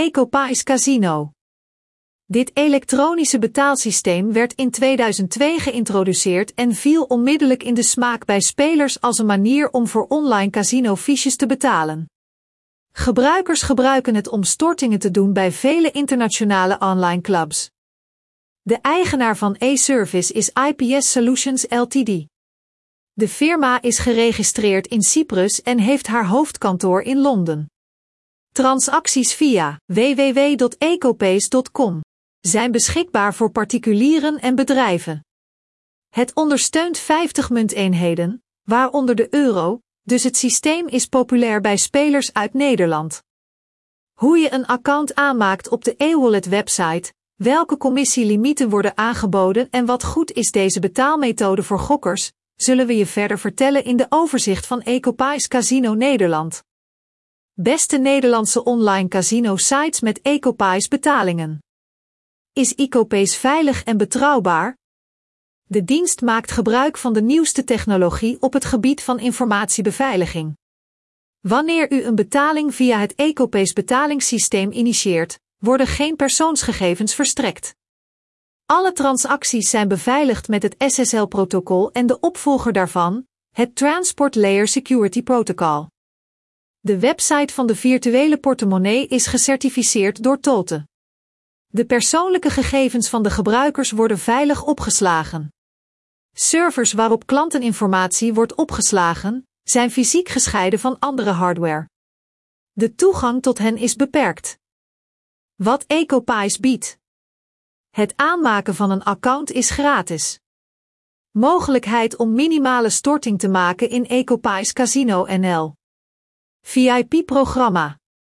Ecopies Casino. Dit elektronische betaalsysteem werd in 2002 geïntroduceerd en viel onmiddellijk in de smaak bij spelers als een manier om voor online casinofiches te betalen. Gebruikers gebruiken het om stortingen te doen bij vele internationale online clubs. De eigenaar van A-Service is IPS Solutions Ltd. De firma is geregistreerd in Cyprus en heeft haar hoofdkantoor in Londen. Transacties via www.ecopies.com zijn beschikbaar voor particulieren en bedrijven. Het ondersteunt 50 munteenheden, waaronder de euro, dus het systeem is populair bij spelers uit Nederland. Hoe je een account aanmaakt op de eWallet website, welke commissielimieten worden aangeboden en wat goed is deze betaalmethode voor gokkers, zullen we je verder vertellen in de overzicht van Ecopies Casino Nederland. Beste Nederlandse online casino sites met Ecopies betalingen. Is Ecopies veilig en betrouwbaar? De dienst maakt gebruik van de nieuwste technologie op het gebied van informatiebeveiliging. Wanneer u een betaling via het Ecopies betalingssysteem initieert, worden geen persoonsgegevens verstrekt. Alle transacties zijn beveiligd met het SSL-protocol en de opvolger daarvan, het Transport Layer Security Protocol. De website van de virtuele portemonnee is gecertificeerd door TOTE. De persoonlijke gegevens van de gebruikers worden veilig opgeslagen. Servers waarop klanteninformatie wordt opgeslagen, zijn fysiek gescheiden van andere hardware. De toegang tot hen is beperkt. Wat Ecopies biedt. Het aanmaken van een account is gratis. Mogelijkheid om minimale storting te maken in Ecopies Casino NL. VIP-programma.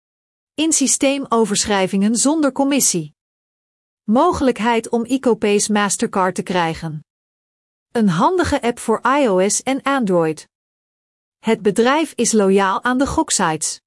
In-systeemoverschrijvingen zonder commissie. Mogelijkheid om Ecopies Mastercard te krijgen. Een handige app voor iOS en Android. Het bedrijf is loyaal aan de goksites.